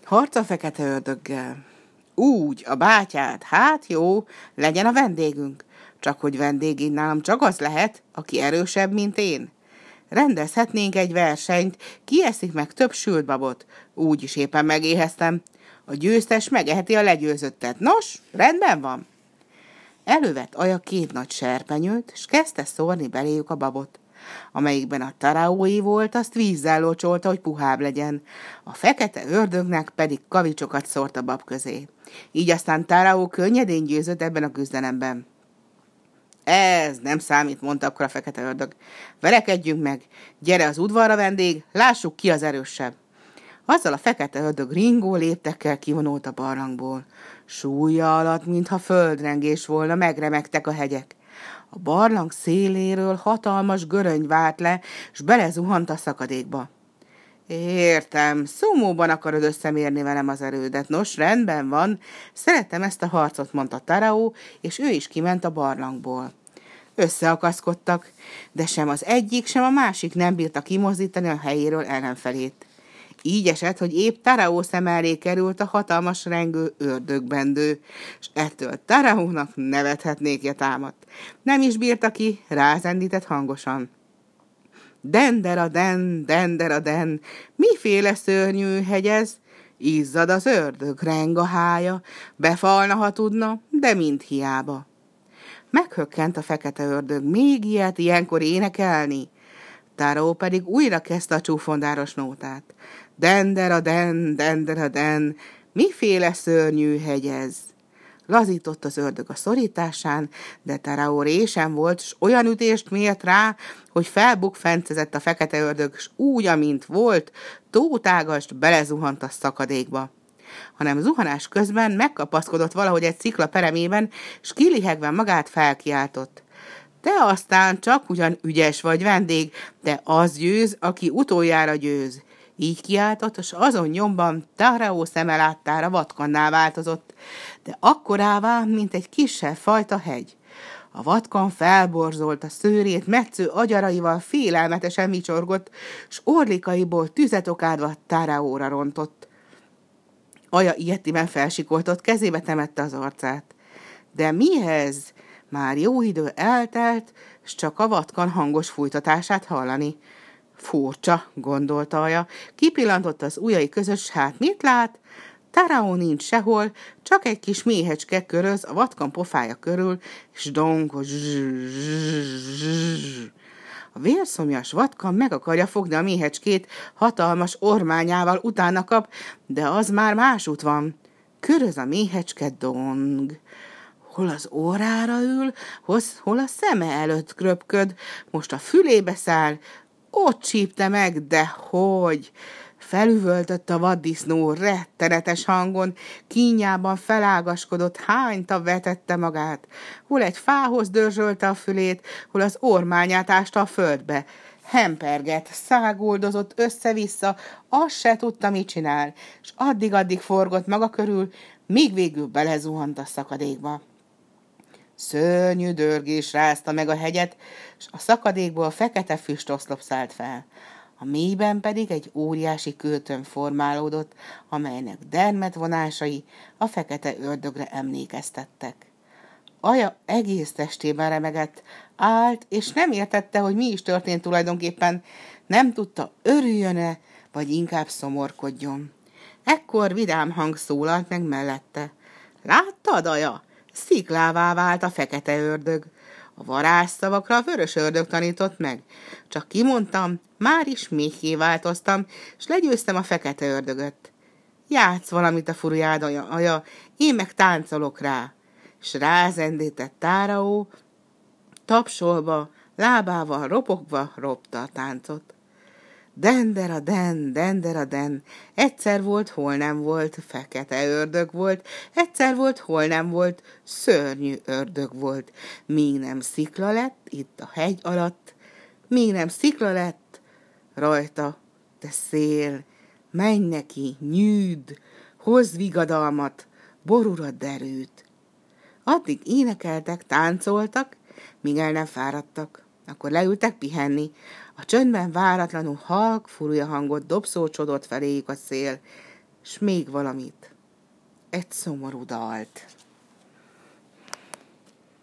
Harc a fekete ördöggel. Úgy, a bátyád, hát jó, legyen a vendégünk. Csak hogy vendég így nálam csak az lehet, aki erősebb, mint én. Rendezhetnénk egy versenyt, ki eszik meg több sült babot. Úgyis éppen megéheztem. A győztes megeheti a legyőzöttet. Nos, rendben van. Elővett Aja 2 nagy serpenyőt, s kezdte szórni beléjük a babot. Amelyikben a taraói volt, azt vízzel locsolta, hogy puhább legyen. A fekete ördögnek pedig kavicsokat szórt a bab közé. Így aztán Taraó könnyedén győzött ebben a küzdelemben. Ez nem számít, mondta akkor a fekete ördög. Verekedjünk meg, gyere az udvarra, vendég, lássuk, ki az erősebb. Azzal a fekete ördög ringó léptekkel kivonult a barlangból. Súlya alatt, mintha földrengés volna, megremegtek a hegyek. A barlang széléről hatalmas göröngy vált le, s belezuhant a szakadékba. Értem, szumóban akarod összemérni velem az erődet. Nos, rendben van, szeretem ezt a harcot, mondta Taraó, és ő is kiment a barlangból. Összeakaszkodtak, de sem az egyik, sem a másik nem bírta kimozdítani a helyéről ellenfelét. Így esett, hogy épp Taraó szem elé került a hatalmas rengő ördögbendő, s ettől Taraónak nevethetnékje támadt. Nem is bírta ki, rázendített hangosan. Dendera-den, dendera-den, miféle szörnyű hegy ez? Izzad az ördög, reng a hája, befalna, ha tudna, de mind hiába. Meghökkent a fekete ördög, még ilyet ilyenkor énekelni? Taraó pedig újra kezdte a csúfondáros nótát. Dendera-den, dendera-den, miféle szörnyű hegy ez? Lazított az ördög a szorításán, de Taraó résen volt, s olyan ütést mért rá, hogy felbukfencezett a fekete ördög, s úgy, amint volt, tótágast belezuhant a szakadékba. Hanem zuhanás közben megkapaszkodott valahogy egy szikla peremében, s kilihegve magát felkiáltott. Te aztán csak ugyan ügyes vagy, vendég, de az győz, aki utoljára győz. Így kiáltott, és azon nyomban Taraó szeme láttára vatkanná változott, de akkorává, mint egy kisebb fajta hegy. A vatkan felborzolt a szőrét, metsző agyaraival félelmetesen vicsorgott, s orlikaiból tüzet okádva Taraóra rontott. Aja ilyetiben felsikoltott, kezébe temette az arcát. De mi ez? Már jó idő eltelt, s csak a vatkan hangos fújtatását hallani. Furcsa, gondolta Aja, kipillantott az ujjai között, s hát mit lát? Taraó nincs sehol, csak egy kis méhecske köröz a vatkan pofája körül, és donkos. A vérszomjas vatkan meg akarja fogni a méhecskét, hatalmas ormányával utána kap, de az már másút van. Köröz a méhecske, dong. Hol az órára ül, hol a szeme előtt kröpköd, most a fülébe száll, ott csípte meg, de hogy? Felüvöltött a vaddisznó rettenetes hangon, kínjában felágaskodott, hányta vetette magát. Hol egy fához dörzsölte a fülét, hol az ormányát ásta a földbe. Hemperget, száguldozott össze-vissza, azt se tudta, mit csinál, és addig-addig forgott maga körül, míg végül belezuhant a szakadékba. Szörnyű dörgés rázta meg a hegyet, s a szakadékból fekete füstoszlop szállt fel. A mélyben pedig egy óriási kőtömb formálódott, amelynek dermedvonásai a fekete ördögre emlékeztettek. Aja egész testében remegett, állt, és nem értette, hogy mi is történt tulajdonképpen, nem tudta, örüljön-e, vagy inkább szomorkodjon. Ekkor vidám hang szólalt meg mellette. Láttad, Aja? Sziklává vált a fekete ördög. A varázsszavakra a vörös ördög tanított meg. Csak kimondtam, már is méhé változtam, s legyőztem a fekete ördögöt. Játsz valamit a furujád, Aja, én meg táncolok rá. S rázendített Taraó, tapsolva, lábával ropogva ropta a táncot. Dendera-den, dendera-den, egyszer volt, hol nem volt, fekete ördög volt, egyszer volt, hol nem volt, szörnyű ördög volt, míg nem szikla lett itt a hegy alatt, míg nem szikla lett rajta, te szél, menj neki, nyűd, hozz vigadalmat, borúra derűt. Addig énekeltek, táncoltak, míg el nem fáradtak. Akkor leültek pihenni. A csöndben váratlanul halk, furúja hangot dobszócsodott feléjük a szél. s még valamit, egy szomorú dalt.